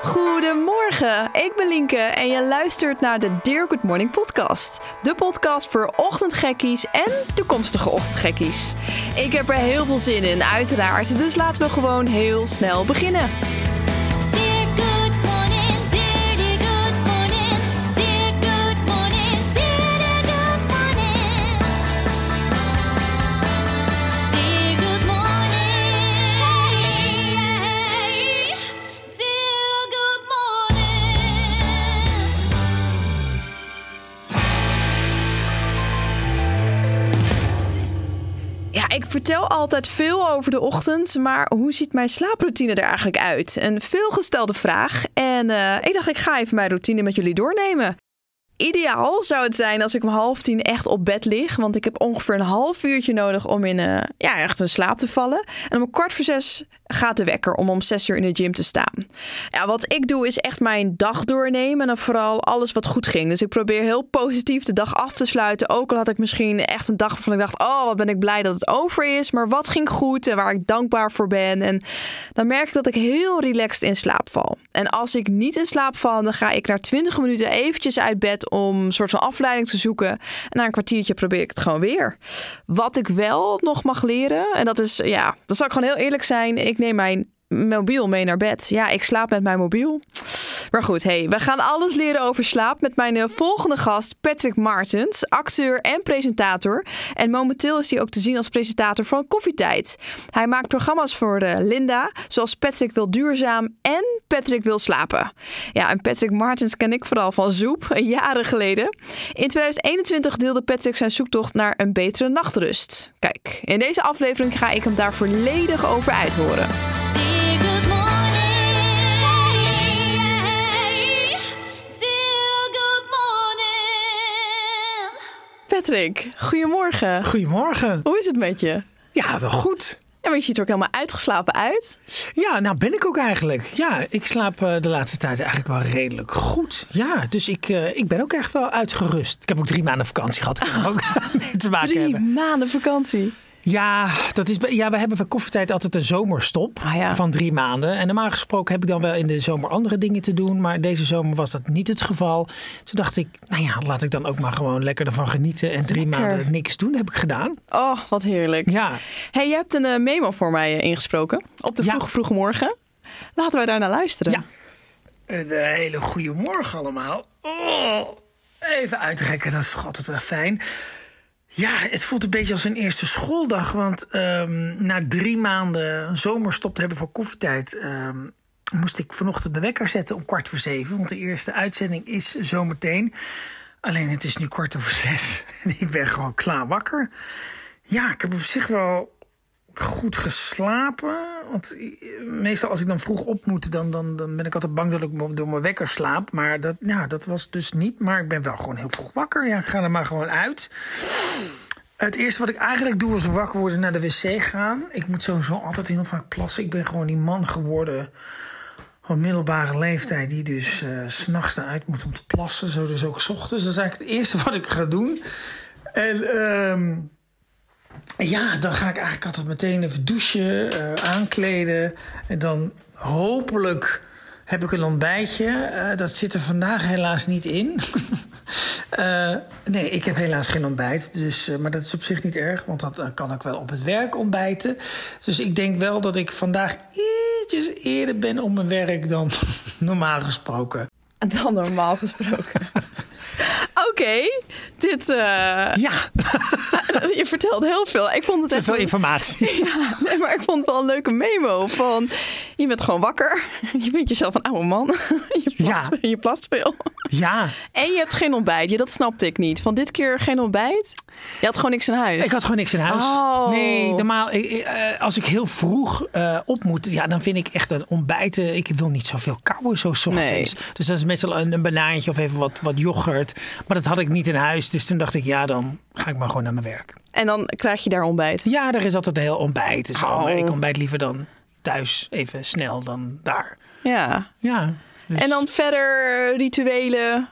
Goedemorgen, ik ben Lienke en je luistert naar de Dear Good Morning podcast. De podcast voor ochtendgekkies en toekomstige ochtendgekkies. Ik heb er heel veel zin in, uiteraard, dus laten we gewoon heel snel beginnen. Ik vertel altijd veel over de ochtend, maar hoe ziet mijn slaaproutine er eigenlijk uit? Een veelgestelde vraag en ik dacht ik ga even mijn routine met jullie doornemen. Ideaal zou het zijn als ik om 9:30 echt op bed lig, want ik heb ongeveer een half uurtje nodig om echt in slaap te vallen. En om 5:15 gaat de wekker om 6 uur in de gym te staan. Ja, wat ik doe is echt mijn dag doornemen en dan vooral alles wat goed ging. Dus ik probeer heel positief de dag af te sluiten. Ook al had ik misschien echt een dag waarvan ik dacht, oh wat ben ik blij dat het over is. Maar wat ging goed en waar ik dankbaar voor ben. En dan merk ik dat ik heel relaxed in slaap val. En als ik niet in slaap val, dan ga ik na 20 minuten eventjes uit bed om een soort van afleiding te zoeken. En na een kwartiertje probeer ik het gewoon weer. Wat ik wel nog mag leren, en dat is, dat zal ik gewoon heel eerlijk zijn. Ik neem mijn mobiel mee naar bed. Ja, ik slaap met mijn mobiel. Maar goed, we gaan alles leren over slaap met mijn volgende gast Patrick Martens, acteur en presentator. En momenteel is hij ook te zien als presentator van Koffietijd. Hij maakt programma's voor Linda, zoals Patrick wil duurzaam en Patrick wil slapen. Ja, en Patrick Martens ken ik vooral van Zoep, jaren geleden. In 2021 deelde Patrick zijn zoektocht naar een betere nachtrust. Kijk, in deze aflevering ga ik hem daar volledig over uithoren. Patrick, goedemorgen. Goedemorgen. Hoe is het met je? Ja, wel goed. Ja, maar je ziet er ook helemaal uitgeslapen uit. Ja, nou ben ik ook eigenlijk. Ja, ik slaap de laatste tijd eigenlijk wel redelijk goed. Ja, dus ik ben ook echt wel uitgerust. Ik heb ook 3 maanden vakantie gehad. Dat kan ook mee te maken 3 hebben. maanden vakantie? Ja, we hebben bij Koffietijd altijd een zomerstop van 3 maanden. En normaal gesproken heb ik dan wel in de zomer andere dingen te doen. Maar deze zomer was dat niet het geval. Toen dacht ik, laat ik dan ook maar gewoon lekker ervan genieten. En 3 maanden niks doen, heb ik gedaan. Oh, wat heerlijk. Ja. Hey, je hebt een memo voor mij ingesproken. Op de vroege morgen. Laten wij daar naar luisteren. Ja. Een hele goede morgen allemaal. Oh, even uitrekken, dat is altijd wel fijn. Ja, het voelt een beetje als een eerste schooldag. Want na 3 maanden zomerstop te hebben voor Koffietijd moest ik vanochtend mijn wekker zetten om 6:15. Want de eerste uitzending is zometeen. Alleen het is nu 5:15 en ik ben gewoon klaar wakker. Ja, ik heb op zich wel goed geslapen. Want meestal als ik dan vroeg op moet, dan ben ik altijd bang dat ik door mijn wekker slaap. Maar dat was dus niet. Maar ik ben wel gewoon heel vroeg wakker. Ja, ik ga er maar gewoon uit. Het eerste wat ik eigenlijk doe als wakker worden naar de wc gaan. Ik moet sowieso altijd heel vaak plassen. Ik ben gewoon die man geworden van middelbare leeftijd die dus 's nachts eruit moet om te plassen. Zo dus ook 's ochtends. Dat is eigenlijk het eerste wat ik ga doen. En dan ga ik eigenlijk altijd meteen even douchen, aankleden. En dan hopelijk heb ik een ontbijtje. Dat zit er vandaag helaas niet in. Nee, ik heb helaas geen ontbijt. Maar dat is op zich niet erg, want dat kan ik wel op het werk ontbijten. Dus ik denk wel dat ik vandaag ietsjes eerder ben op mijn werk dan normaal gesproken. Dan normaal gesproken. Oké, dit... Ja. Je vertelde heel veel. Ik vond het te veel informatie. Ja, nee, maar ik vond het wel een leuke memo. Van, je bent gewoon wakker. Je vindt jezelf een oude man. Je plast veel. Ja. En je hebt geen ontbijt. Ja, dat snapte ik niet. Van dit keer geen ontbijt? Je had gewoon niks in huis. Ik had gewoon niks in huis. Oh. Nee, normaal, als ik heel vroeg op moet, dan vind ik echt een ontbijten. Ik wil niet zoveel kauwen zo 's ochtends. Nee. Dus dat is meestal een banaantje of even wat yoghurt. Maar dat had ik niet in huis. Dus toen dacht ik, dan ga ik maar gewoon naar mijn werk. En dan krijg je daar ontbijt? Ja, er is altijd een heel ontbijt. En zo. Maar ik ontbijt liever dan thuis even snel dan daar. Ja. Dus. En dan verder rituelen?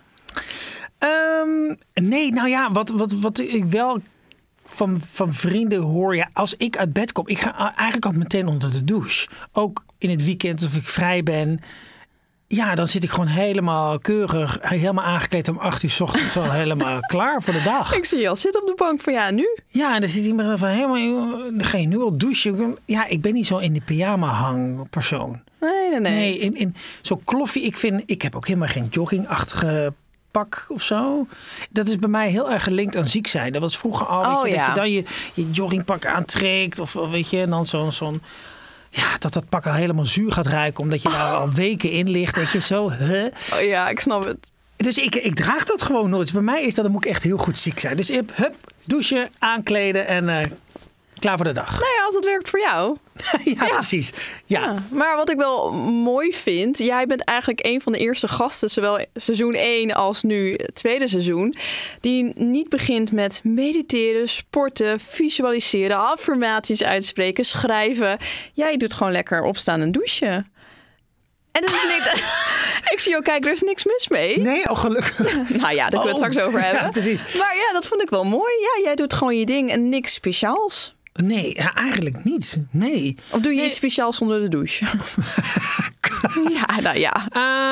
Nee, wat ik wel van vrienden hoor, als ik uit bed kom, ik ga eigenlijk altijd meteen onder de douche. Ook in het weekend of ik vrij ben. Ja, dan zit ik gewoon helemaal keurig, helemaal aangekleed om 8 uur 's ochtends al helemaal klaar voor de dag. Ik zie je al zitten op de bank van nu. Ja, en dan zit iemand van helemaal, dan ga je nu al douchen. Ja, ik ben niet zo in de pyjama hang persoon. Nee. Nee, in zo'n kloffie, ik heb ook helemaal geen joggingachtige pak of zo. Dat is bij mij heel erg gelinkt aan ziek zijn. Dat was vroeger al, dat je dan je joggingpak aantrekt of weet je, en dan zo'n ja, dat pak al helemaal zuur gaat ruiken omdat je daar al weken in ligt. Weet je, zo. Oh ja, ik snap het. Dus ik draag dat gewoon nooit. Dus bij mij is dat, dan moet ik echt heel goed ziek zijn. Dus douchen, aankleden en klaar voor de dag. Nou ja, als het werkt voor jou. ja, precies. Ja. Maar wat ik wel mooi vind, jij bent eigenlijk een van de eerste gasten, zowel seizoen 1 als nu het tweede seizoen, die niet begint met mediteren, sporten, visualiseren, affirmaties uitspreken, schrijven. Jij doet gewoon lekker opstaan en douchen. En dat is niet... Ik zie jou kijken, er is niks mis mee. Nee, gelukkig. Nou ja, daar kunnen we het straks over hebben. Ja, precies. Maar ja, dat vond ik wel mooi. Ja, jij doet gewoon je ding en niks speciaals. Nee, eigenlijk niet. Nee. Of doe je iets speciaals onder de douche? Ja, nou ja.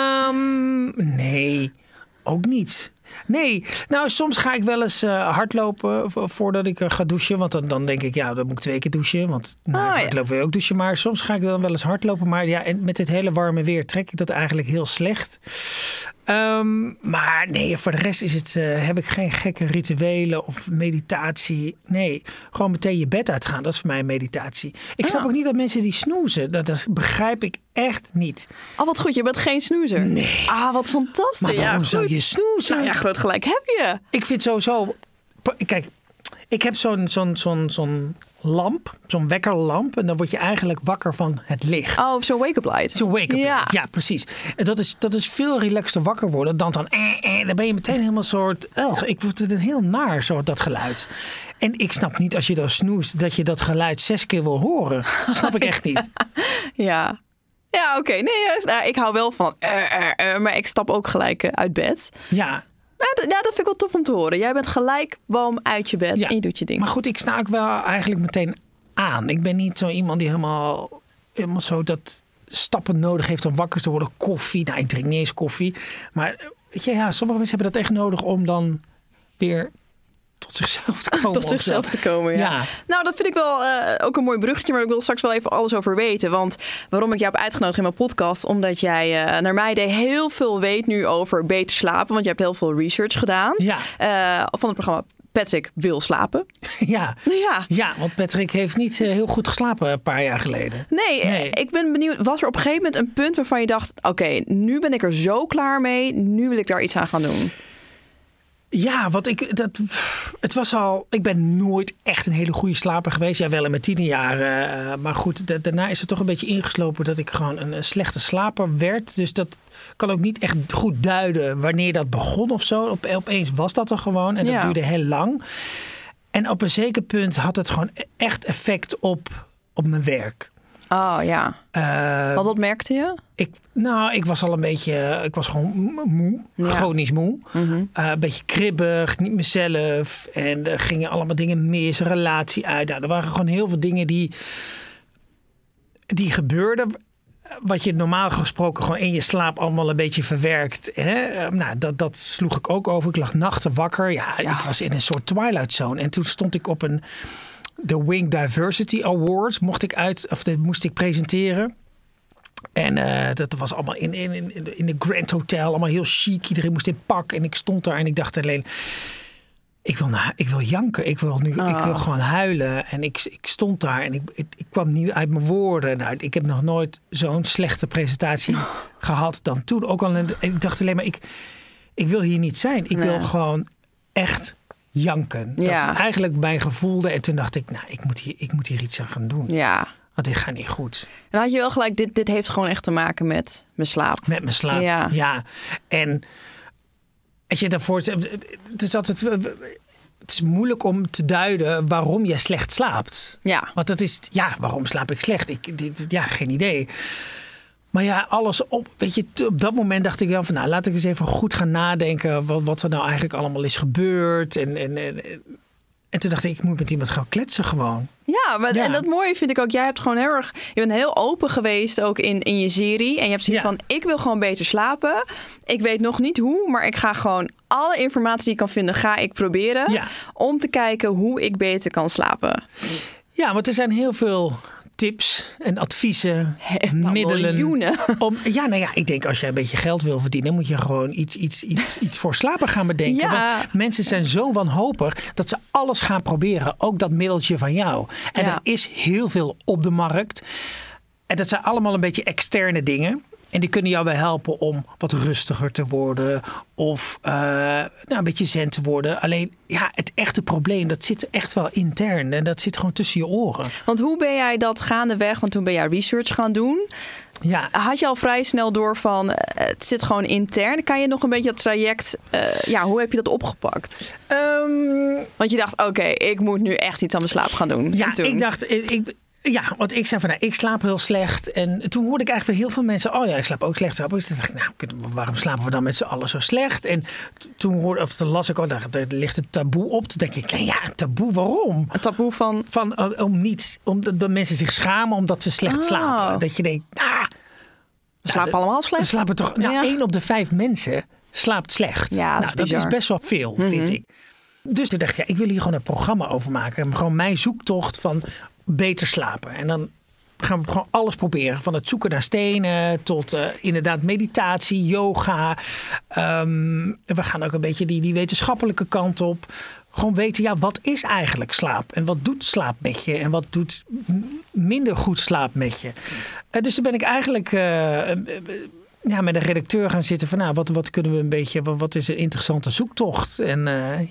Nee, ook niet. Nee, nou soms ga ik wel eens hardlopen voordat ik ga douchen. Want dan denk ik, ja, dan moet ik 2 keer douchen. Want hardlopen wil je ook douchen. Maar soms ga ik dan wel eens hardlopen. Maar ja, en met het hele warme weer trek ik dat eigenlijk heel slecht. Maar nee, voor de rest is het, heb ik geen gekke rituelen of meditatie. Nee, gewoon meteen je bed uitgaan. Dat is voor mij meditatie. Ik snap ook niet dat mensen die snoezen. Dat begrijp ik echt niet. Oh, wat goed. Je bent geen snoezer. Nee. Ah, wat fantastisch. Maar waarom zou je snoezen? Nou ja, groot gelijk heb je. Ik vind sowieso... Kijk, ik heb zo'n lamp, zo'n wekkerlamp. En dan word je eigenlijk wakker van het licht. Oh, zo'n wake-up light. Zo'n wake-up light, ja, precies. En dat is veel relaxter wakker worden dan dan ben je meteen helemaal soort... ik word het heel naar, zo dat geluid. En ik snap niet als je dan snoest dat je dat geluid 6 keer wil horen. Dat snap ik echt niet. Ja. Ja, oké. Nee, ik hou wel van... maar ik stap ook gelijk uit bed. Ja. Ja, dat vind ik wel tof om te horen. Jij bent gelijk warm uit je bed en je doet je ding. Maar goed, ik sta ook wel eigenlijk meteen aan. Ik ben niet zo iemand die helemaal zo dat stappen nodig heeft om wakker te worden. Koffie, nou ik drink niet eens koffie. Maar weet je, ja, sommige mensen hebben dat echt nodig om dan weer tot zichzelf te komen. Tot zichzelf te komen, ja. Nou, dat vind ik wel ook een mooi bruggetje. Maar ik wil straks wel even alles over weten. Want waarom ik jou heb uitgenodigd in mijn podcast. Omdat jij naar mij idee heel veel weet nu over beter slapen. Want je hebt heel veel research gedaan. Ja. Van het programma Patrick wil slapen. Ja, want Patrick heeft niet heel goed geslapen een paar jaar geleden. Nee, ik ben benieuwd. Was er op een gegeven moment een punt waarvan je dacht... Oké, nu ben ik er zo klaar mee. Nu wil ik daar iets aan gaan doen. Ja, het was al... Ik ben nooit echt een hele goede slaper geweest. Ja, wel in mijn 10e jaar. Maar goed, daarna is het toch een beetje ingeslopen dat ik gewoon een slechte slaper werd. Dus dat kan ook niet echt goed duiden wanneer dat begon of zo. Opeens was dat er gewoon en dat duurde heel lang. En op een zeker punt had het gewoon echt effect op mijn werk. Oh ja. Want wat merkte je? Ik was al een beetje... Ik was gewoon moe. Ja. Chronisch moe. Mm-hmm. Een beetje kribbig. Niet mezelf. En er gingen allemaal dingen mis. Relatie uit. Nou, er waren gewoon heel veel dingen die gebeurden. Wat je normaal gesproken gewoon in je slaap allemaal een beetje verwerkt. Hè? Nou, dat sloeg ik ook over. Ik lag nachten wakker. Ja, ik was in een soort Twilight Zone. En toen stond ik op de Wing Diversity Awards moest ik presenteren. En dat was allemaal in de Grand Hotel. Allemaal heel chic. Iedereen moest in pak. En ik stond daar en ik dacht alleen... Ik wil janken. Ik wil gewoon huilen. En ik stond daar en ik kwam niet uit mijn woorden. Nou, ik heb nog nooit zo'n slechte presentatie gehad dan toen. Ook al ik dacht alleen maar, ik wil hier niet zijn. Ik wil gewoon echt janken. Dat is eigenlijk mijn gevoelde. En toen dacht ik, nou, ik moet hier iets aan gaan doen. Ja. Want dit gaat niet goed. En dan had je wel gelijk, dit heeft gewoon echt te maken met mijn slaap. Met mijn slaap, ja. En als je daarvoor... Het is altijd... Het is moeilijk om te duiden waarom je slecht slaapt. Ja. Want dat is... Ja, waarom slaap ik slecht? Geen idee. Maar ja, alles op... Weet je, op dat moment dacht ik wel van... Nou, laat ik eens even goed gaan nadenken... wat er nou eigenlijk allemaal is gebeurd. En toen dacht ik moet met iemand gaan kletsen gewoon. Ja, maar en dat mooie vind ik ook. Jij hebt gewoon je bent heel open geweest ook in je serie. En je hebt zoiets van, ik wil gewoon beter slapen. Ik weet nog niet hoe, maar ik ga gewoon alle informatie die ik kan vinden, ga ik proberen. Ja. Om te kijken hoe ik beter kan slapen. Ja, want er zijn heel veel tips en adviezen, middelen. Miljoenen. Ik denk als jij een beetje geld wil verdienen, moet je gewoon iets voor slapen gaan bedenken. Ja. Want mensen zijn zo wanhopig dat ze alles gaan proberen. Ook dat middeltje van jou. En er is heel veel op de markt. En dat zijn allemaal een beetje externe dingen. En die kunnen jou wel helpen om wat rustiger te worden. Of een beetje zen te worden. Alleen het echte probleem, dat zit echt wel intern. En dat zit gewoon tussen je oren. Want hoe ben jij dat gaandeweg? Want toen ben jij research gaan doen. Ja. Had je al vrij snel door van, het zit gewoon intern. Kan je nog een beetje dat traject, hoe heb je dat opgepakt? Want je dacht, oké, ik moet nu echt iets aan mijn slaap gaan doen. Ja, ik dacht, want ik zei van, ik slaap heel slecht. En toen hoorde ik eigenlijk van heel veel mensen, ik slaap ook slecht. Dus toen dacht ik, waarom slapen we dan met z'n allen zo slecht? En toen las ik, daar ligt een taboe op. Toen denk ik, een taboe, waarom? Een taboe van? Omdat mensen zich schamen omdat ze slecht slapen. Dat je denkt, we slapen allemaal slecht. We slapen toch, 1 op de 5 mensen slaapt slecht. Ja, dat is best wel veel, vind ik. Dus toen dacht ik, ik wil hier gewoon een programma over maken. Gewoon mijn zoektocht van beter slapen. En dan gaan we gewoon alles proberen. Van het zoeken naar stenen tot inderdaad meditatie, yoga. We gaan ook een beetje die wetenschappelijke kant op. Gewoon weten, wat is eigenlijk slaap? En wat doet slaap met je? En wat doet minder goed slaap met je? Dus toen ben ik eigenlijk met een redacteur gaan zitten van, wat kunnen we een beetje, wat is een interessante zoektocht? En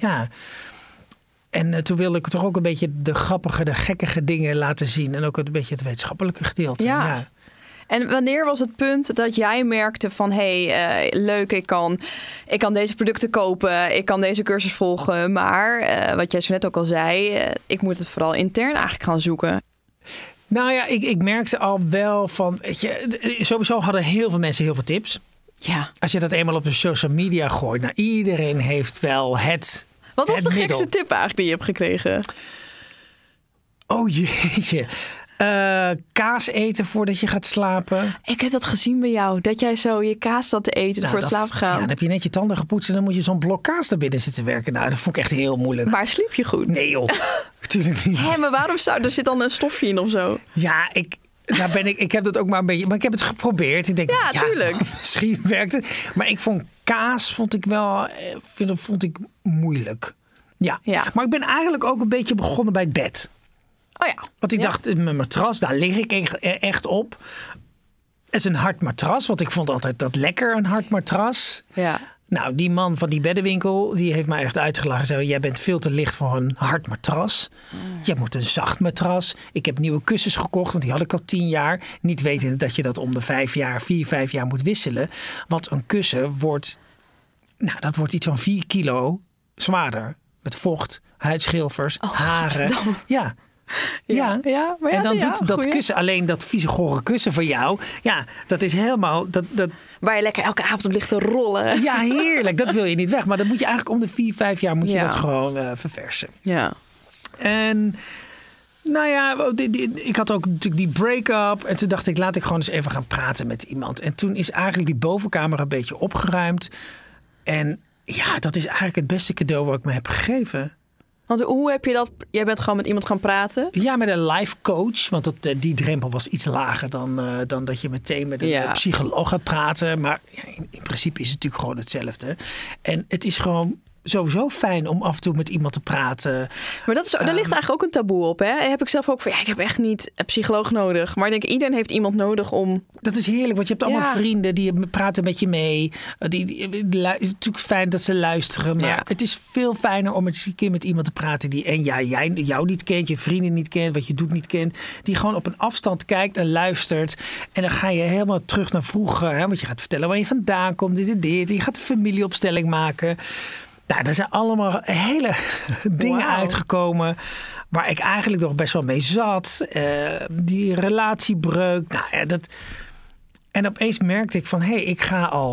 En toen wilde ik toch ook een beetje de grappige, de gekkige dingen laten zien. En ook een beetje het wetenschappelijke gedeelte. Ja. En wanneer was het punt dat jij merkte van, leuk, ik kan deze producten kopen. Ik kan deze cursus volgen. Maar wat jij zo net ook al zei, ik moet het vooral intern eigenlijk gaan zoeken. Nou ja, ik merkte al wel van, weet je, sowieso hadden heel veel mensen heel veel tips. Ja. Als je dat eenmaal op de social media gooit, iedereen heeft wel het. Wat was de gekste tip eigenlijk die je hebt gekregen? Oh jeetje. Kaas eten voordat je gaat slapen. Ik heb dat gezien bij jou. Dat jij zo je kaas zat te eten voor het slapen gaan. Ja, dan heb je net je tanden gepoetst en dan moet je zo'n blok kaas naar binnen zitten werken. Nou, dat vond ik echt heel moeilijk. Maar sliep je goed? Nee joh, natuurlijk niet. Maar waarom er zit dan een stofje in of zo? Ja, ik heb dat ook maar een beetje. Maar ik heb het geprobeerd. Ik denk, tuurlijk. Misschien werkt het. Maar ik vond kaas vond ik moeilijk. Ja. Maar ik ben eigenlijk ook een beetje begonnen bij het bed. Oh ja. Want ik dacht, mijn matras, daar lig ik echt op. Het is een hard matras, want ik vond altijd dat lekker, een hard matras. Ja. Nou, die man van die beddenwinkel, die heeft mij echt uitgelachen. Zei, jij bent veel te licht voor een hard matras. Je moet een zacht matras. Ik heb nieuwe kussens gekocht, want die had ik al 10 jaar. Niet wetende dat je dat om de 4-5 jaar moet wisselen. Want een kussen wordt iets van 4 kilo zwaarder. Met vocht, huidschilfers, haren. Ja. Maar en dan doet dat kussen, alleen dat vieze gore kussen van jou. Ja, dat is helemaal. Dat... Waar je lekker elke avond op ligt te rollen. Ja, heerlijk. Dat wil je niet weg. Maar dan moet je eigenlijk om de 4-5 jaar moet je dat gewoon verversen. Ja. En ik had ook natuurlijk die break-up. En toen dacht ik, laat ik gewoon eens even gaan praten met iemand. En toen is eigenlijk die bovenkamer een beetje opgeruimd. En dat is eigenlijk het beste cadeau wat ik me heb gegeven. Want hoe heb je dat? Jij bent gewoon met iemand gaan praten? Ja, met een life coach. Want die drempel was iets lager dan dat je meteen met een psycholoog gaat praten. Maar in principe is het natuurlijk gewoon hetzelfde. En het is gewoon sowieso fijn om af en toe met iemand te praten. Maar daar ligt eigenlijk ook een taboe op. Hè? Heb ik zelf ook van, ik heb echt niet een psycholoog nodig. Maar ik denk, iedereen heeft iemand nodig om... Dat is heerlijk, want je hebt allemaal vrienden die praten met je mee. Het is natuurlijk fijn dat ze luisteren. Maar het is veel fijner om eens een keer met iemand te praten die jij jou niet kent, je vrienden niet kent, wat je doet niet kent. Die gewoon op een afstand kijkt en luistert. En dan ga je helemaal terug naar vroeger. Hè? Want je gaat vertellen waar je vandaan komt, dit en dit. En je gaat een familieopstelling maken. Nou, er zijn allemaal hele dingen uitgekomen waar ik eigenlijk nog best wel mee zat. Die relatiebreuk. En opeens merkte ik van, ik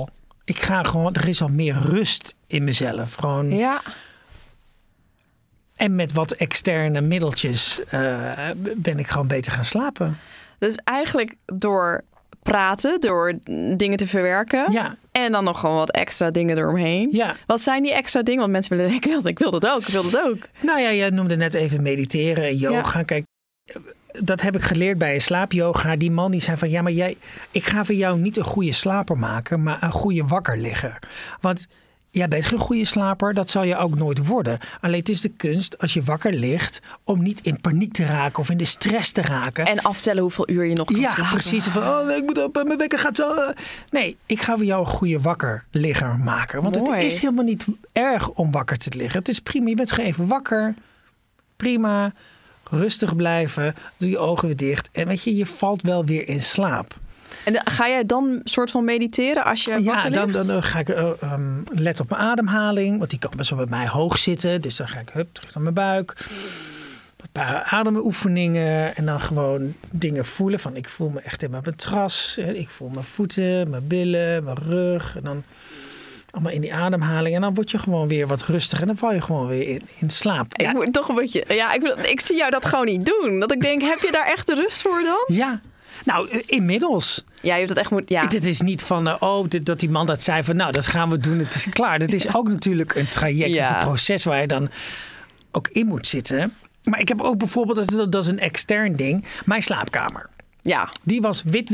ga gewoon, er is al meer rust in mezelf. Gewoon, En met wat externe middeltjes ben ik gewoon beter gaan slapen. Dus eigenlijk door praten, door dingen te verwerken. Ja. En dan nog gewoon wat extra dingen eromheen. Ja. Wat zijn die extra dingen? Want mensen willen denken, ik wil dat ook. Nou ja, je noemde net even mediteren en yoga. Ja. Kijk, dat heb ik geleerd bij een slaapyoga. Die man die zei van, ja, maar ik ga voor jou niet een goede slaper maken, maar een goede wakkerligger. Want jij bent geen goede slaper, dat zal je ook nooit worden. Alleen het is de kunst, als je wakker ligt, om niet in paniek te raken of in de stress te raken. En aftellen hoeveel uur je nog kan slapen. Ja, precies. Van, ik moet op, mijn wekker gaat zo. Nee, ik ga voor jou een goede wakkerligger maken. Want Het is helemaal niet erg om wakker te liggen. Het is prima, je bent gewoon even wakker. Prima, rustig blijven, doe je ogen weer dicht. En weet je valt wel weer in slaap. En ga jij dan soort van mediteren als je wakker ligt? Ja, dan ga ik let op mijn ademhaling. Want die kan best wel bij mij hoog zitten. Dus dan ga ik terug naar mijn buik. Een paar ademoefeningen. En dan gewoon dingen voelen. Van ik voel me echt in mijn matras. Ik voel mijn voeten, mijn billen, mijn rug. En dan allemaal in die ademhaling. En dan word je gewoon weer wat rustiger. En dan val je gewoon weer in slaap. Ja. Ik moet toch een beetje... Ja, ik zie jou dat gewoon niet doen. Dat ik denk, heb je daar echt de rust voor dan? Ja. Nou, inmiddels. Ja, je hebt het echt moet. Ja. Dit is niet van, dat die man dat zei van, nou, dat gaan we doen, het is klaar. Dit is ook natuurlijk een traject, een proces waar je dan ook in moet zitten. Maar ik heb ook bijvoorbeeld, dat is een extern ding, mijn slaapkamer. Ja. Die was wit.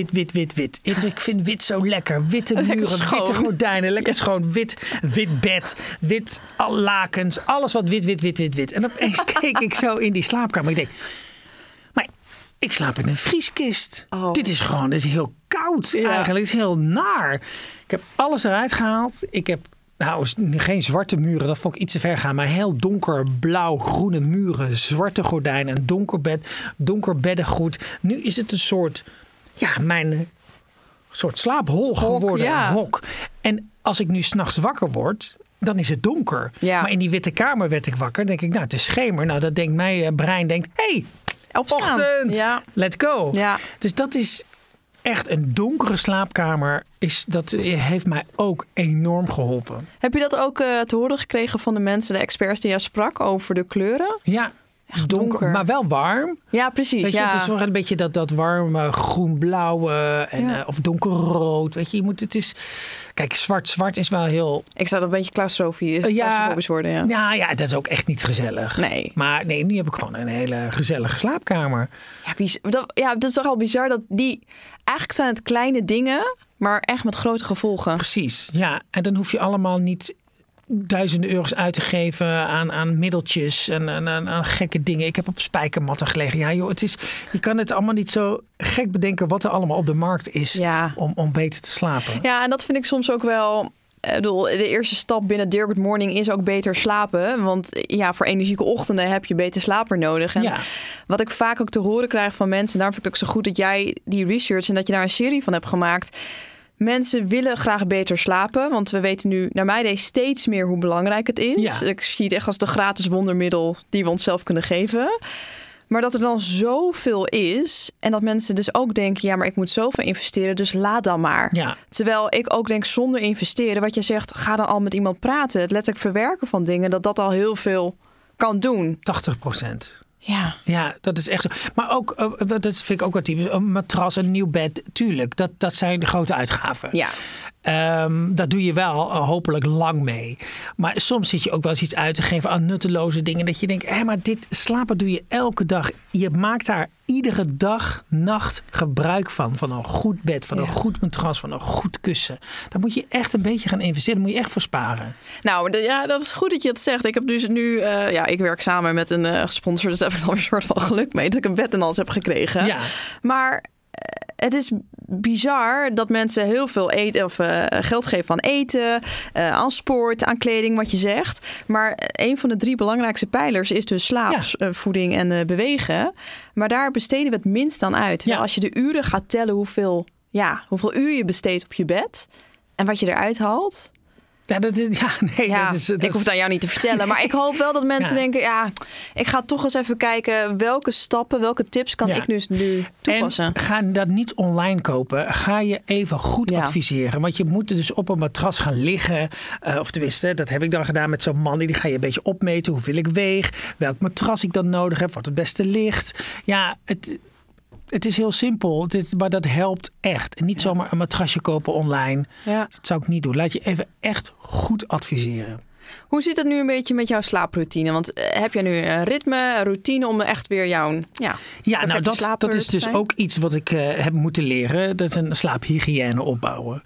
Ik vind wit zo lekker. Witte muren, witte gordijnen, lekker schoon. Wit bed, wit lakens, alles wat wit. En opeens keek ik zo in die slaapkamer. Ik denk, ik slaap in een vrieskist. Oh. Dit is heel koud eigenlijk. Het is heel naar. Ik heb alles eruit gehaald. Ik heb geen zwarte muren. Dat vond ik iets te ver gaan. Maar heel donker, blauw-groene muren. Zwarte gordijnen. Een donker bed. Donker beddengoed. Nu is het een soort... mijn soort slaaphol geworden. Ja. Hok. En als ik nu 's nachts wakker word... dan is het donker. Ja. Maar in die witte kamer werd ik wakker. Dan denk ik, het is schemer. Nou, dat denkt mijn brein. Hey, ochtend, let's go. Ja. Dus dat is echt een donkere slaapkamer. Dat heeft mij ook enorm geholpen. Heb je dat ook te horen gekregen van de mensen, de experts die jij sprak over de kleuren? Ja, echt donker. Maar wel warm. Ja, precies. Weet je, dus zorg een beetje dat warme groen-blauwe of donkerrood. Weet je, het is... Kijk, zwart is wel heel... Ik zou dat een beetje claustrofobisch worden, ja, dat is ook echt niet gezellig. Nee. Maar nee, nu heb ik gewoon een hele gezellige slaapkamer. Ja, dat is toch al bizar dat die... Eigenlijk zijn het kleine dingen, maar echt met grote gevolgen. Precies, ja. En dan hoef je allemaal niet duizenden euro's uit te geven aan middeltjes en aan gekke dingen. Ik heb op spijkermatten gelegen. Ja, joh, je kan het allemaal niet zo gek bedenken wat er allemaal op de markt is om beter te slapen. Ja, en dat vind ik soms ook wel... de eerste stap binnen Dear Good Morning is ook beter slapen. Want voor energieke ochtenden heb je beter slaper nodig. En wat ik vaak ook te horen krijg van mensen... daarom vind ik het ook zo goed dat jij die research... en dat je daar een serie van hebt gemaakt... Mensen willen graag beter slapen. Want we weten nu, naar mijn idee, steeds meer hoe belangrijk het is. Ja. Ik zie het echt als de gratis wondermiddel die we onszelf kunnen geven. Maar dat er dan zoveel is. En dat mensen dus ook denken, maar ik moet zoveel investeren. Dus laat dan maar. Ja. Terwijl ik ook denk, zonder investeren, wat je zegt, ga dan al met iemand praten. Het letterlijk verwerken van dingen, dat al heel veel kan doen. 80%. Ja, dat is echt zo. Maar ook, dat vind ik ook wat typisch. Een matras, een nieuw bed, tuurlijk. Dat zijn de grote uitgaven. Ja. Dat doe je wel hopelijk lang mee. Maar soms zit je ook wel eens iets uit te geven aan nutteloze dingen. Dat je denkt, maar dit slapen doe je elke dag. Je maakt daar iedere dag, nacht gebruik van. Van een goed bed, van een goed matras, van een goed kussen. Daar moet je echt een beetje gaan investeren. Daar moet je echt voor sparen. Nou, dat is goed dat je het zegt. Ik heb dus nu, ik werk samen met een sponsor. Dus daar heb ik dan weer een soort van geluk mee dat ik een bed en alles heb gekregen. Ja. Maar het is bizar dat mensen heel veel eten of geld geven aan eten, aan sport, aan kleding, wat je zegt. Maar een van de 3 belangrijkste pijlers is dus slaap, voeding en bewegen. Maar daar besteden we het minst aan uit. Terwijl als je de uren gaat tellen hoeveel uur je besteedt op je bed en wat je eruit haalt. Ja, dat is, ik hoef het aan jou niet te vertellen. Maar ik hoop wel dat mensen denken... ik ga toch eens even kijken... welke tips kan ik nu toepassen. En ga dat niet online kopen. Ga je even goed adviseren. Want je moet dus op een matras gaan liggen. Of tenminste, dat heb ik dan gedaan met zo'n man. Die ga je een beetje opmeten hoeveel ik weeg. Welk matras ik dan nodig heb. Wat het beste ligt. Ja, het is heel simpel, maar dat helpt echt. En niet zomaar een matrasje kopen online. Ja. Dat zou ik niet doen. Laat je even echt goed adviseren. Hoe zit het nu een beetje met jouw slaaproutine? Want heb jij nu een ritme, een routine om echt weer jouw dat is dus ook iets wat ik heb moeten leren. Dat is een slaaphygiëne opbouwen.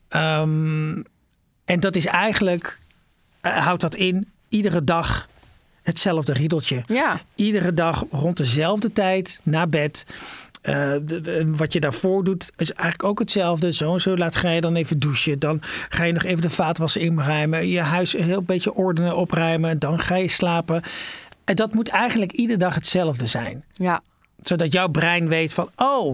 En dat is eigenlijk, houdt dat in, iedere dag hetzelfde riedeltje. Ja. Iedere dag rond dezelfde tijd naar bed. Wat je daarvoor doet is eigenlijk ook hetzelfde. Zo ga je dan even douchen. Dan ga je nog even de vaatwasser inruimen. Je huis een heel beetje ordenen, opruimen. Dan ga je slapen. En dat moet eigenlijk iedere dag hetzelfde zijn. Ja. Zodat jouw brein weet van...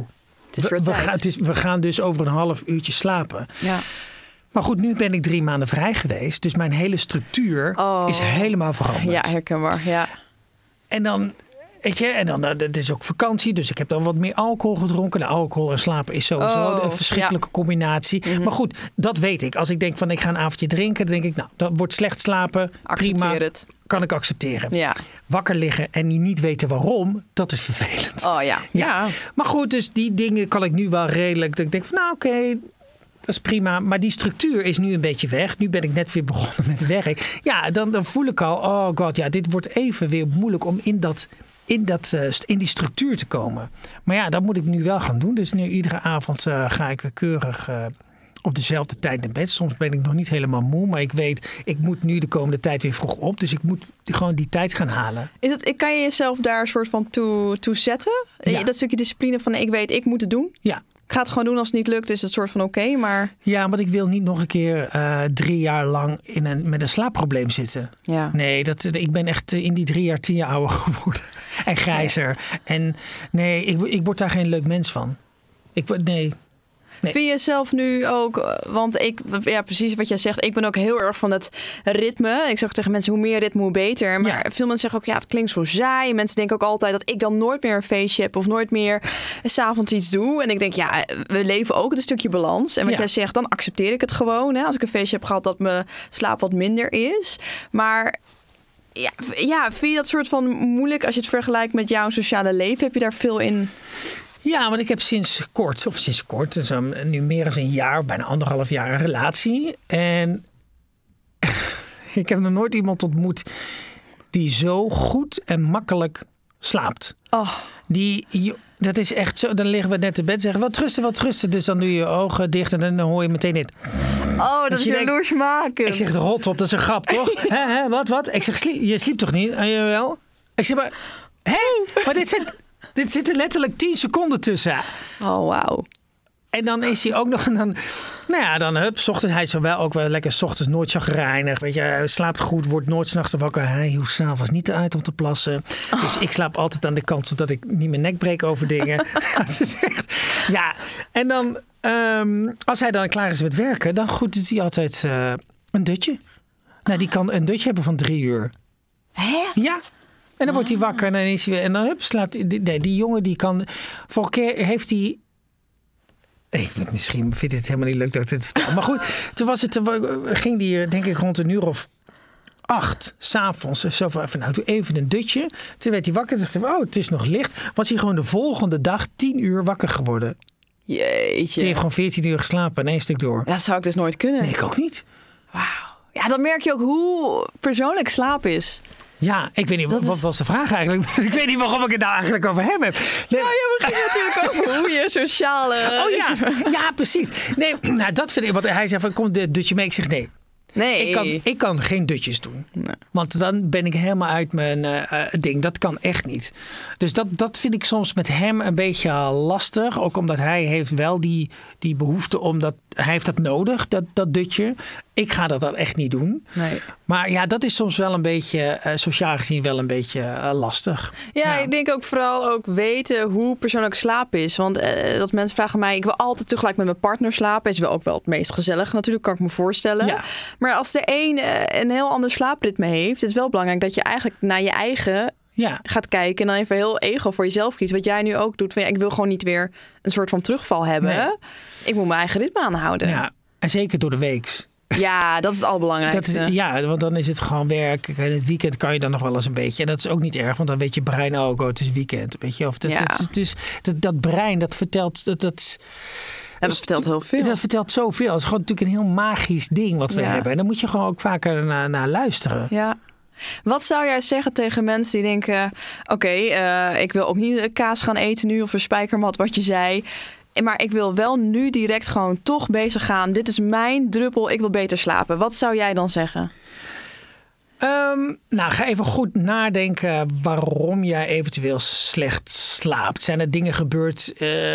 we gaan dus over een half uurtje slapen. Ja. Maar goed, nu ben ik 3 maanden vrij geweest. Dus mijn hele structuur is helemaal veranderd. Ja, herkenbaar. Ja. En dan... Weet je, en dan het is ook vakantie, dus ik heb dan wat meer alcohol gedronken. Nou, alcohol en slapen is sowieso een verschrikkelijke combinatie. Mm-hmm. Maar goed, dat weet ik. Als ik denk van ik ga een avondje drinken, dan denk ik, dat wordt slecht slapen. Prima, het. Kan ik accepteren. Ja. Wakker liggen en niet weten waarom, dat is vervelend. Oh ja. Maar goed, dus die dingen kan ik nu wel redelijk. Dat ik denk van oké, dat is prima. Maar die structuur is nu een beetje weg. Nu ben ik net weer begonnen met werk. Ja, dan voel ik al, oh god, dit wordt even weer moeilijk om in die structuur te komen. Maar ja, dat moet ik nu wel gaan doen. Dus nu iedere avond ga ik weer keurig op dezelfde tijd naar bed. Soms ben ik nog niet helemaal moe. Maar ik weet, ik moet nu de komende tijd weer vroeg op. Dus ik moet gewoon die tijd gaan halen. Kan je jezelf daar een soort van toe zetten? Ja. Dat stukje discipline van ik weet, ik moet het doen? Ja. Ik ga het gewoon doen als het niet lukt. Is het soort van oké, maar... Ja, want ik wil niet nog een keer 3 jaar lang met een slaapprobleem zitten. Ja. Nee, ik ben echt in die 3 jaar 10 jaar ouder geworden. En grijzer. Ja. En nee, ik word daar geen leuk mens van. Nee. Vind je zelf nu ook, want precies wat jij zegt, ik ben ook heel erg van het ritme. Ik zeg tegen mensen, hoe meer ritme, hoe beter. Maar veel mensen zeggen ook, het klinkt zo saai. Mensen denken ook altijd dat ik dan nooit meer een feestje heb of nooit meer 's avonds iets doe. En ik denk, we leven ook een stukje balans. En wat jij zegt, dan accepteer ik het gewoon. Hè, als ik een feestje heb gehad dat mijn slaap wat minder is. Maar... vind je dat soort van moeilijk als je het vergelijkt met jouw sociale leven? Heb je daar veel in... Ja, want ik heb sinds kort, dus nu meer dan een jaar, bijna 1,5 jaar een relatie. En ik heb nog nooit iemand ontmoet die zo goed en makkelijk slaapt. Oh. Dat is echt zo. Dan liggen we net in bed en zeggen, wat rusten. Dus dan doe je je ogen dicht en dan hoor je meteen dit. Oh, dat is jaloers maken. Ik zeg, rot op, dat is een grap, toch? Wat? Ik zeg, je sliept toch niet? Jawel. Ik zeg, maar dit zit er letterlijk 10 seconden tussen. Oh, wauw. En dan is hij ook nog... S ochtends, hij is wel ook wel lekker 's ochtends, nooit chagrijnig. Weet je, hij slaapt goed, wordt nooit 's nachts wakker. Hij hoeft 's avonds niet uit om te plassen. Oh. Dus ik slaap altijd aan de kant, zodat ik niet mijn nek breek over dingen. Ja, en dan... als hij dan klaar is met werken, dan doet hij altijd een dutje. Nou, die kan een dutje hebben van 3 uur. Hè? Ja. En dan wordt hij wakker en dan is hij weer... En dan slaapt die jongen, die kan... Vorige keer heeft hij... Misschien vindt het helemaal niet leuk dat ik dit vertel. Maar goed, toen ging hij denk ik rond 8:00 s'avonds. Zo van, doe even een dutje. Toen werd hij wakker en dacht, het is nog licht. Was hij gewoon de volgende dag 10 uur wakker geworden. Jeetje. Die heeft gewoon 14 uur geslapen en 1 stuk door. Dat zou ik dus nooit kunnen. Nee, ik ook niet. Wauw. Ja, dan merk je ook hoe persoonlijk slaap is. Ja, ik weet niet, wat was de vraag eigenlijk? Ik weet niet waarom ik het nou eigenlijk over hem heb. Nee. Nou, we gingen natuurlijk over hoe je sociale... Ja, precies. Nee, dat vind ik, want hij zei van, kom de dutje mee. Ik zeg nee. Ik kan geen dutjes doen. Nee. Want dan ben ik helemaal uit mijn ding. Dat kan echt niet. Dus dat vind ik soms met hem een beetje lastig. Ook omdat hij heeft wel die behoefte omdat hij heeft dat nodig, dat dutje. Ik ga dat dan echt niet doen. Nee. Maar ja, dat is soms wel een beetje, sociaal gezien wel een beetje lastig. Ja, ik denk ook vooral weten hoe persoonlijk slaap is. Want dat mensen vragen mij, ik wil altijd tegelijk met mijn partner slapen. Is wel ook wel het meest gezellig natuurlijk, kan ik me voorstellen. Ja. Maar als de een een heel ander slaapritme heeft, is het wel belangrijk dat je eigenlijk naar je eigen gaat kijken en dan even heel ego voor jezelf kiest. Wat jij nu ook doet, van ik wil gewoon niet weer een soort van terugval hebben. Nee. Ik moet mijn eigen ritme aanhouden. Ja, en zeker door de weeks. Ja, dat is het allerbelangrijkste. Want dan is het gewoon werk. In het weekend kan je dan nog wel eens een beetje. En dat is ook niet erg, want dan weet je brein ook, het is weekend. Weet je, of dat brein, dat vertelt. Dat vertelt heel veel. Dat vertelt zoveel. Het is gewoon natuurlijk een heel magisch ding wat we hebben. En dan moet je gewoon ook vaker naar luisteren. Ja. Wat zou jij zeggen tegen mensen die denken... Oké, ik wil ook niet kaas gaan eten nu of een spijkermat, wat je zei... Maar ik wil wel nu direct gewoon toch bezig gaan. Dit is mijn druppel, ik wil beter slapen. Wat zou jij dan zeggen? Ga even goed nadenken waarom jij eventueel slecht slaapt. Zijn er dingen gebeurd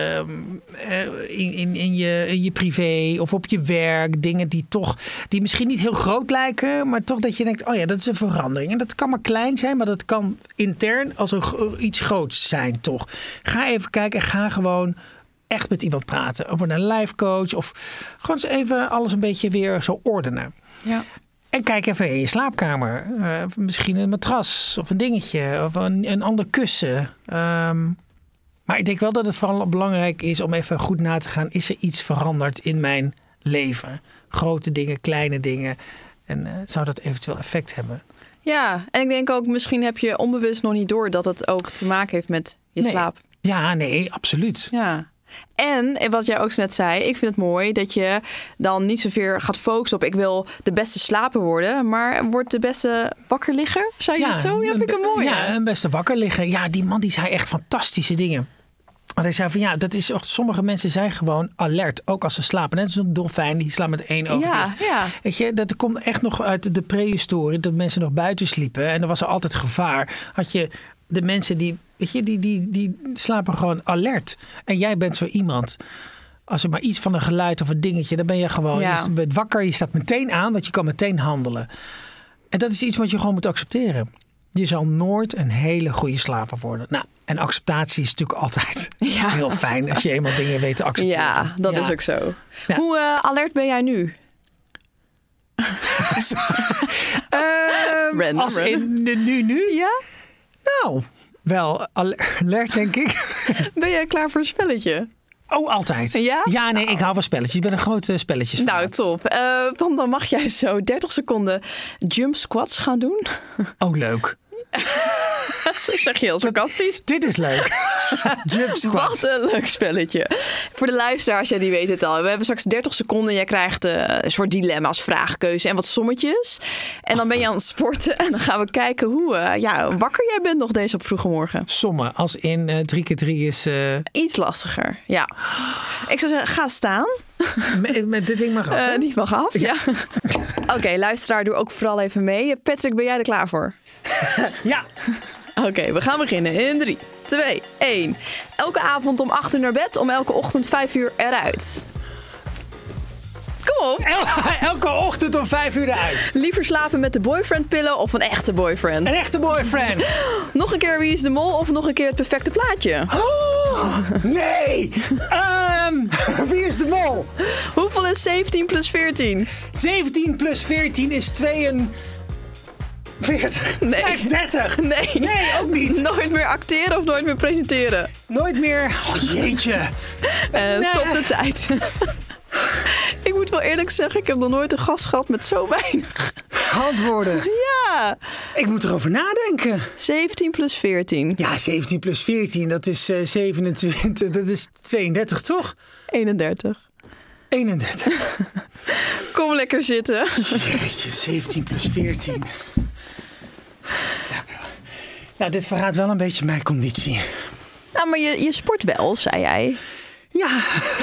in je privé of op je werk? Dingen die misschien niet heel groot lijken, maar toch dat je denkt, dat is een verandering. En dat kan maar klein zijn, maar dat kan intern als iets groots zijn toch. Ga even kijken en ga gewoon echt met iemand praten. Of een life coach of gewoon eens even alles een beetje weer zo ordenen. Ja. En kijk even in je slaapkamer. Misschien een matras of een dingetje of een ander kussen. Maar ik denk wel dat het vooral belangrijk is om even goed na te gaan. Is er iets veranderd in mijn leven? Grote dingen, kleine dingen. En zou dat eventueel effect hebben? Ja, en ik denk ook misschien heb je onbewust nog niet door dat het ook te maken heeft met je slaap. Ja, nee, absoluut. Ja. En wat jij ook net zei, ik vind het mooi dat je dan niet zoveel gaat focussen op ik wil de beste slaper worden, maar wordt de beste wakkerligger? Zei je het zo? Ja, vind ik het mooi. Ja, een beste wakkerligger. Ja, die man die zei echt fantastische dingen. Want hij zei van dat is sommige mensen zijn gewoon alert, ook als ze slapen. Net als een dolfijn, die slaapt met één oog dicht. Ja. Weet je, dat komt echt nog uit de prehistorie, dat mensen nog buiten sliepen en er was er altijd gevaar. Had je de mensen die slapen gewoon alert. En jij bent zo iemand. Als er maar iets van een geluid of een dingetje, dan ben je gewoon je bent wakker. Je staat meteen aan, want je kan meteen handelen. En dat is iets wat je gewoon moet accepteren. Je zal nooit een hele goede slaper worden. Nou, en acceptatie is natuurlijk altijd heel fijn als je eenmaal dingen weet te accepteren. Ja, dat is ook zo. Ja. Hoe alert ben jij nu? Random. In nu? Ja. Nou, wel alert, denk ik. Ben jij klaar voor een spelletje? Oh, altijd. Ja? Ja, nee, ik hou van spelletjes. Ik ben een grote spelletjes fan. Nou, top. Want dan mag jij zo 30 seconden jump squats gaan doen. Oh, leuk. Zeg je heel sarcastisch. Dit is leuk. Jump squats. Wat een leuk spelletje. Voor de luisteraars, die weten het al. We hebben straks 30 seconden. Jij krijgt een soort dilemma's, vraagkeuze en wat sommetjes. En dan ben je aan het sporten. En dan gaan we kijken hoe wakker jij bent nog deze op vroege morgen. Sommen, als in 3 keer 3 is... Iets lastiger, ja. Ik zou zeggen, ga staan. Met dit ding mag af. Die mag af, ja. Oké, luisteraar, doe ook vooral even mee. Patrick, ben jij er klaar voor? Ja. Oké, we gaan beginnen in 3, 2, 1. Elke avond om 8 uur naar bed, om elke ochtend 5 uur eruit. Kom op. Elke ochtend om 5 uur eruit. Liever slapen met de boyfriend pillen of een echte boyfriend? Een echte boyfriend. Nog een keer Wie is de Mol of nog een keer Het Perfecte Plaatje? Oh, nee. Wie is de Mol? Hoeveel is 17 plus 14? 17 plus 14 is 42. Nee. 30. Nee, ook niet. Nooit meer acteren of nooit meer presenteren? Nooit meer. Oh, jeetje. Stop de tijd. Ik moet wel eerlijk zeggen, ik heb nog nooit een gast gehad met zo weinig antwoorden. Ja. Ik moet erover nadenken. 17 plus 14. Ja, 17 plus 14, dat is 27. Dat is 32, toch? 31. 31. Kom lekker zitten. Jeetje, 17 plus 14. Nou, dit verraadt wel een beetje mijn conditie. Nou, maar je sport wel, zei jij. Ja.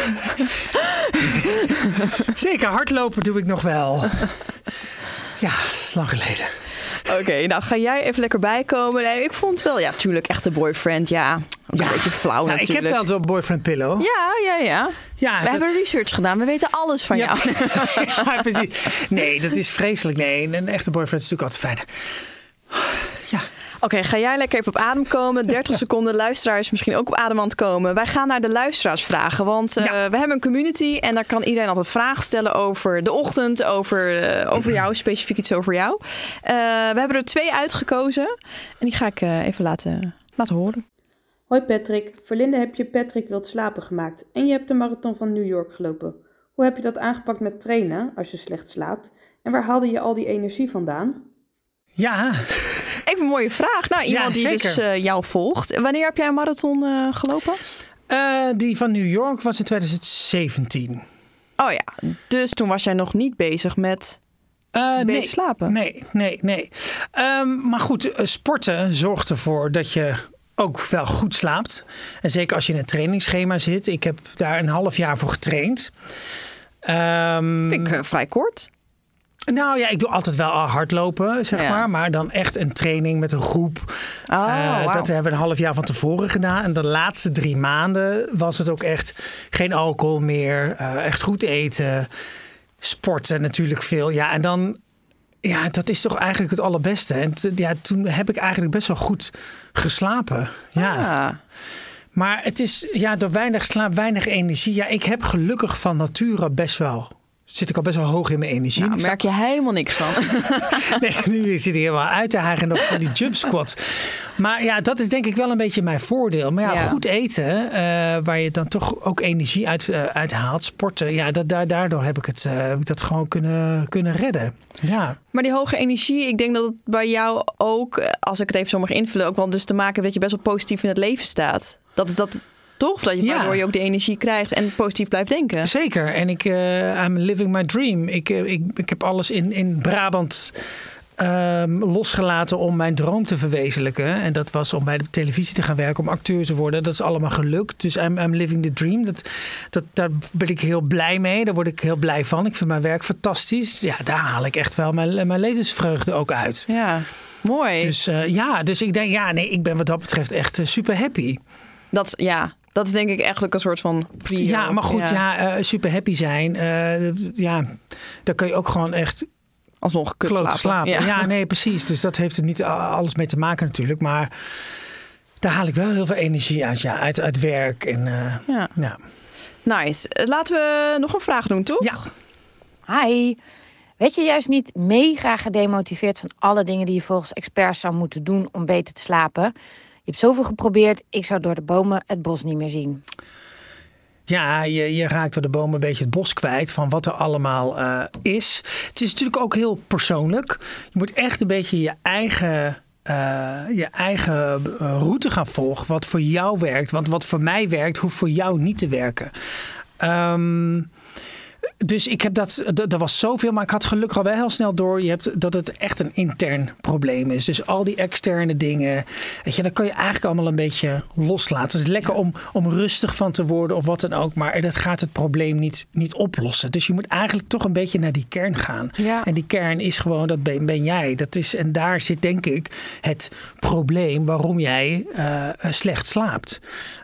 Zeker, hardlopen doe ik nog wel. Ja, lang geleden. Oké, nou ga jij even lekker bijkomen. Nee, ik vond wel, tuurlijk, echt de boyfriend. Ja, een beetje flauw natuurlijk. Ik heb wel zo'n boyfriend pillow. Ja. We hebben research gedaan. We weten alles van jou. Ja, precies. Nee, dat is vreselijk. Nee, een echte boyfriend is natuurlijk altijd fijn. Ja. Oké, ga jij lekker even op adem komen. 30 seconden, luisteraars misschien ook op adem aan het komen. Wij gaan naar de luisteraarsvragen. Want we hebben een community en daar kan iedereen altijd vragen stellen over de ochtend. Over jou, specifiek iets over jou. We hebben er 2 uitgekozen. En die ga ik even laten horen. Hoi Patrick, voor Linde heb je Patrick Wilt Slapen gemaakt. En je hebt de marathon van New York gelopen. Hoe heb je dat aangepakt met trainen als je slecht slaapt? En waar haalde je al die energie vandaan? Ja. Even een mooie vraag. Nou, iemand die dus jou volgt. Wanneer heb jij een marathon gelopen? Die van New York was in 2017. Oh ja, dus toen was jij nog niet bezig met beter slapen? Nee. Maar goed, sporten zorgt ervoor dat je ook wel goed slaapt. En zeker als je in een trainingsschema zit. Ik heb daar een half jaar voor getraind. Vind ik vrij kort. Nou ja, ik doe altijd wel hardlopen, zeg maar. Maar dan echt een training met een groep. Wow. Dat hebben we een half jaar van tevoren gedaan. En de laatste 3 maanden was het ook echt geen alcohol meer. Echt goed eten. Sporten natuurlijk veel. Ja, en dan... Ja, dat is toch eigenlijk het allerbeste. En toen heb ik eigenlijk best wel goed geslapen. Ja. Ah. Maar het is door weinig slaap, weinig energie. Ja, ik heb gelukkig van nature zit ik al best wel hoog in mijn energie. Nou, merk je helemaal niks van. Nee, nu zit hij helemaal uit te hagen nog voor die jump squat. Maar ja, dat is denk ik wel een beetje mijn voordeel. Maar goed eten, waar je dan toch ook energie uit haalt. Sporten, daardoor heb ik dat gewoon kunnen redden. Ja. Maar die hoge energie, ik denk dat het bij jou ook, als ik het even zo mag invullen, ook wel dus te maken heeft dat je best wel positief in het leven staat. Toch? Waardoor je ook de energie krijgt en positief blijft denken. Zeker. En I'm living my dream. Ik heb alles in Brabant losgelaten om mijn droom te verwezenlijken. En dat was om bij de televisie te gaan werken, om acteur te worden. Dat is allemaal gelukt. Dus I'm living the dream. Daar ben ik heel blij mee. Daar word ik heel blij van. Ik vind mijn werk fantastisch. Ja, daar haal ik echt wel mijn levensvreugde ook uit. Ja, mooi. Dus ik denk, ik ben wat dat betreft echt super happy. Dat is denk ik echt ook een soort van prio. Ja, maar goed, super happy zijn. Daar kun je ook gewoon echt alsnog kut slapen. Ja, nee, precies. Dus dat heeft er niet alles mee te maken natuurlijk. Maar daar haal ik wel heel veel energie uit. Ja, uit werk. En, ja. Nice. Laten we nog een vraag doen, toch? Ja. Hi. Werd je juist niet mega gedemotiveerd van alle dingen die je volgens experts zou moeten doen om beter te slapen? Je hebt zoveel geprobeerd, ik zou door de bomen het bos niet meer zien. Ja, je raakt door de bomen een beetje het bos kwijt van wat er allemaal is. Het is natuurlijk ook heel persoonlijk. Je moet echt een beetje je eigen route gaan volgen. Wat voor jou werkt. Want wat voor mij werkt, hoeft voor jou niet te werken. Dus ik heb dat was zoveel, maar ik had gelukkig al wel heel snel door dat het echt een intern probleem is. Dus al die externe dingen, weet je, dat kan je eigenlijk allemaal een beetje loslaten. Het is lekker om rustig van te worden of wat dan ook, maar dat gaat het probleem niet oplossen. Dus je moet eigenlijk toch een beetje naar die kern gaan. Ja. En die kern is gewoon, dat ben jij. En daar zit denk ik het probleem waarom jij slecht slaapt.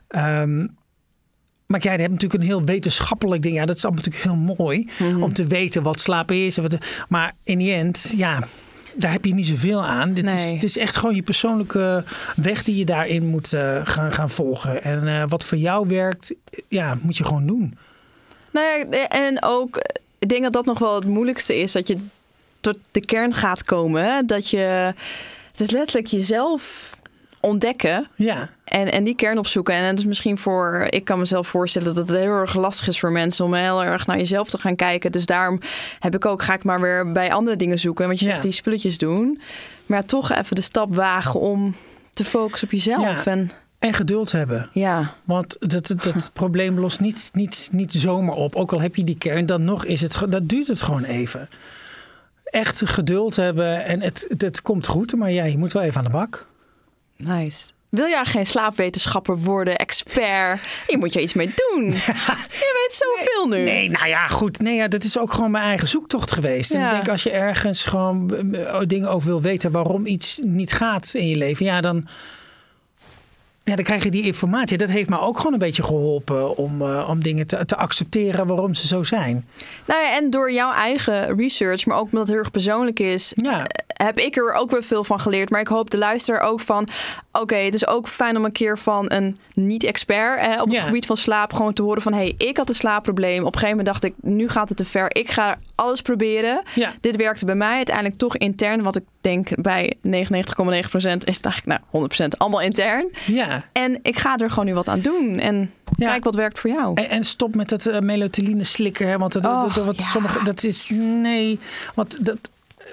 Maar jij hebt natuurlijk een heel wetenschappelijk ding. Ja, dat is allemaal natuurlijk heel mooi om te weten wat slapen is. Maar in die end, daar heb je niet zoveel aan. Het is echt gewoon je persoonlijke weg die je daarin moet gaan volgen. En wat voor jou werkt, moet je gewoon doen. Nou ja, en ook, ik denk dat nog wel het moeilijkste is. Dat je tot de kern gaat komen. Hè? Het is letterlijk jezelf ontdekken. Ja. En die kern opzoeken. En dus misschien ik kan mezelf voorstellen dat het heel erg lastig is voor mensen om heel erg naar jezelf te gaan kijken. Dus daarom ga ik maar weer bij andere dingen zoeken. Want je zegt die spulletjes doen. Maar toch even de stap wagen om te focussen op jezelf. Ja. En geduld hebben. Ja. Want dat probleem lost niet zomaar op. Ook al heb je die kern, dan nog dat duurt het gewoon even. Echt geduld hebben en het komt goed. Maar je moet wel even aan de bak. Nice. Wil jij geen slaapwetenschapper worden, expert? Hier moet je iets mee doen. Je weet zoveel nu. Nee, nou ja, goed. Nee, dat is ook gewoon mijn eigen zoektocht geweest. En ik denk, als je ergens gewoon dingen over wil weten waarom iets niet gaat in je leven, dan krijg je die informatie. Dat heeft me ook gewoon een beetje geholpen om dingen te accepteren waarom ze zo zijn. Nou ja, en door jouw eigen research, maar ook omdat het heel erg persoonlijk is, heb ik er ook weer veel van geleerd. Maar ik hoop de luisteraar ook van... Oké, het is ook fijn om een keer van een niet-expert op het gebied van slaap... gewoon te horen van, ik had een slaapprobleem. Op een gegeven moment dacht ik, nu gaat het te ver. Ik ga alles proberen. Ja. Dit werkte bij mij uiteindelijk toch intern. Wat ik denk bij 99,9% is het eigenlijk 100% allemaal intern. Ja. En ik ga er gewoon nu wat aan doen. En kijk wat werkt voor jou. En stop met dat melatonine slikken. Hè? Want sommige, dat is... Nee, want dat...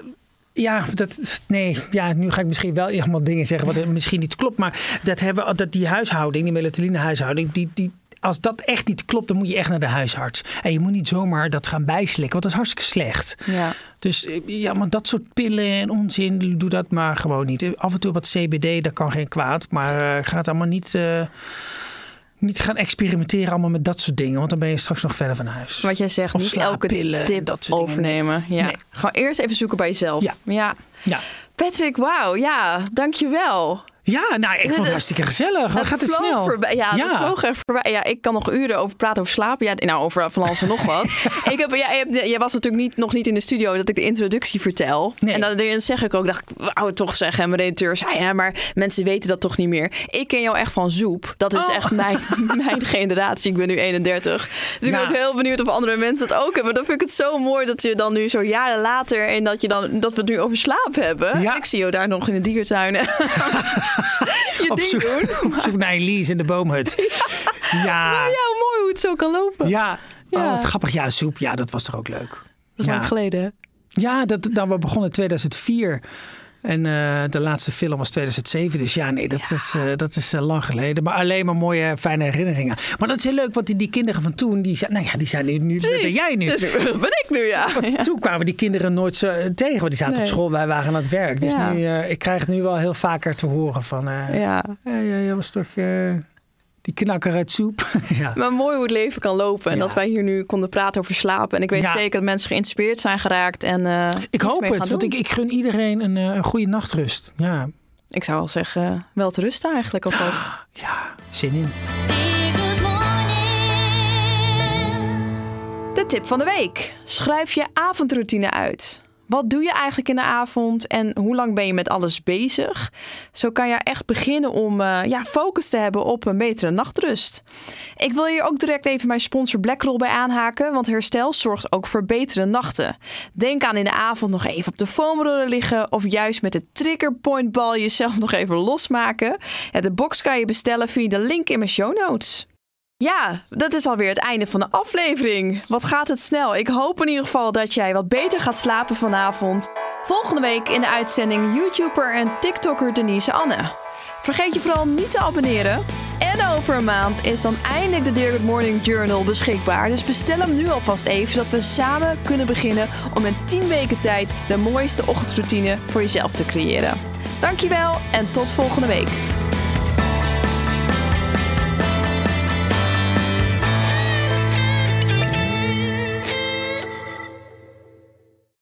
nu ga ik misschien wel helemaal dingen zeggen wat misschien niet klopt. Maar die huishouding, die melatonine huishouding, als dat echt niet klopt, dan moet je echt naar de huisarts. En je moet niet zomaar dat gaan bijslikken, want dat is hartstikke slecht. Ja. Dus maar dat soort pillen en onzin, doe dat maar gewoon niet. Af en toe wat CBD, dat kan geen kwaad. Maar ga het allemaal niet gaan experimenteren allemaal met dat soort dingen. Want dan ben je straks nog verder van huis. Wat jij zegt, niet elke tip dat soort overnemen. Ja. Nee. Gewoon eerst even zoeken bij jezelf. Ja. Patrick, wauw. Ja, dankjewel. Ja, ik vond het hartstikke gezellig. Wat gaat het snel? Voorbij. Het vloog echt voorbij. Ja, ik kan nog uren over praten over slapen. Ja, over van alles en nog wat. Jij was natuurlijk nog niet in de studio dat ik de introductie vertel. Nee. En dan zeg ik ook, dacht ik, wou het toch zeggen. En mijn redacteur zei, maar mensen weten dat toch niet meer. Ik ken jou echt van Zoep. Dat is echt mijn generatie. Ik ben nu 31. Dus ik ben ook heel benieuwd of andere mensen dat ook hebben. Dan vind ik het zo mooi dat je dan nu zo jaren later... en dat we het nu over slaap hebben. Ja. Ik zie jou daar nog in de diertuin. Op zoek naar Elise in de boomhut. Ja, mooi hoe het zo kan lopen. Ja. Wat grappig. Ja, Soep. Ja, dat was toch ook leuk. Dat is lang geleden, hè? Ja, we begonnen in 2004. En de laatste film was 2007. Dus dat is lang geleden. Maar alleen maar mooie, fijne herinneringen. Maar dat is heel leuk, want die kinderen van toen... die zijn nu ben jij nu. Dus ben ik nu, ja. Toen kwamen die kinderen nooit zo tegen. Want die zaten op school, wij waren aan het werk. Dus nu, ik krijg het nu wel heel vaker te horen van... jij was toch... Die knakker uit Soep. Ja. Maar mooi hoe het leven kan lopen. En dat wij hier nu konden praten over slapen. En ik weet zeker dat mensen geïnspireerd zijn geraakt. En ik hoop het, want ik gun iedereen een goede nachtrust. Ja. Ik zou al zeggen, wel te rusten eigenlijk alvast. Ja, zin in. De tip van de week. Schrijf je avondroutine uit. Wat doe je eigenlijk in de avond en hoe lang ben je met alles bezig? Zo kan je echt beginnen om focus te hebben op een betere nachtrust. Ik wil hier ook direct even mijn sponsor Blackroll bij aanhaken, want herstel zorgt ook voor betere nachten. Denk aan in de avond nog even op de foamrollen liggen of juist met de triggerpointbal jezelf nog even losmaken. De box kan je bestellen via de link in mijn show notes. Ja, dat is alweer het einde van de aflevering. Wat gaat het snel. Ik hoop in ieder geval dat jij wat beter gaat slapen vanavond. Volgende week in de uitzending YouTuber en TikToker Denise Anne. Vergeet je vooral niet te abonneren. En over een maand is dan eindelijk de Dear Good Morning Journal beschikbaar. Dus bestel hem nu alvast even, zodat we samen kunnen beginnen om in 10 weken tijd de mooiste ochtendroutine voor jezelf te creëren. Dankjewel en tot volgende week.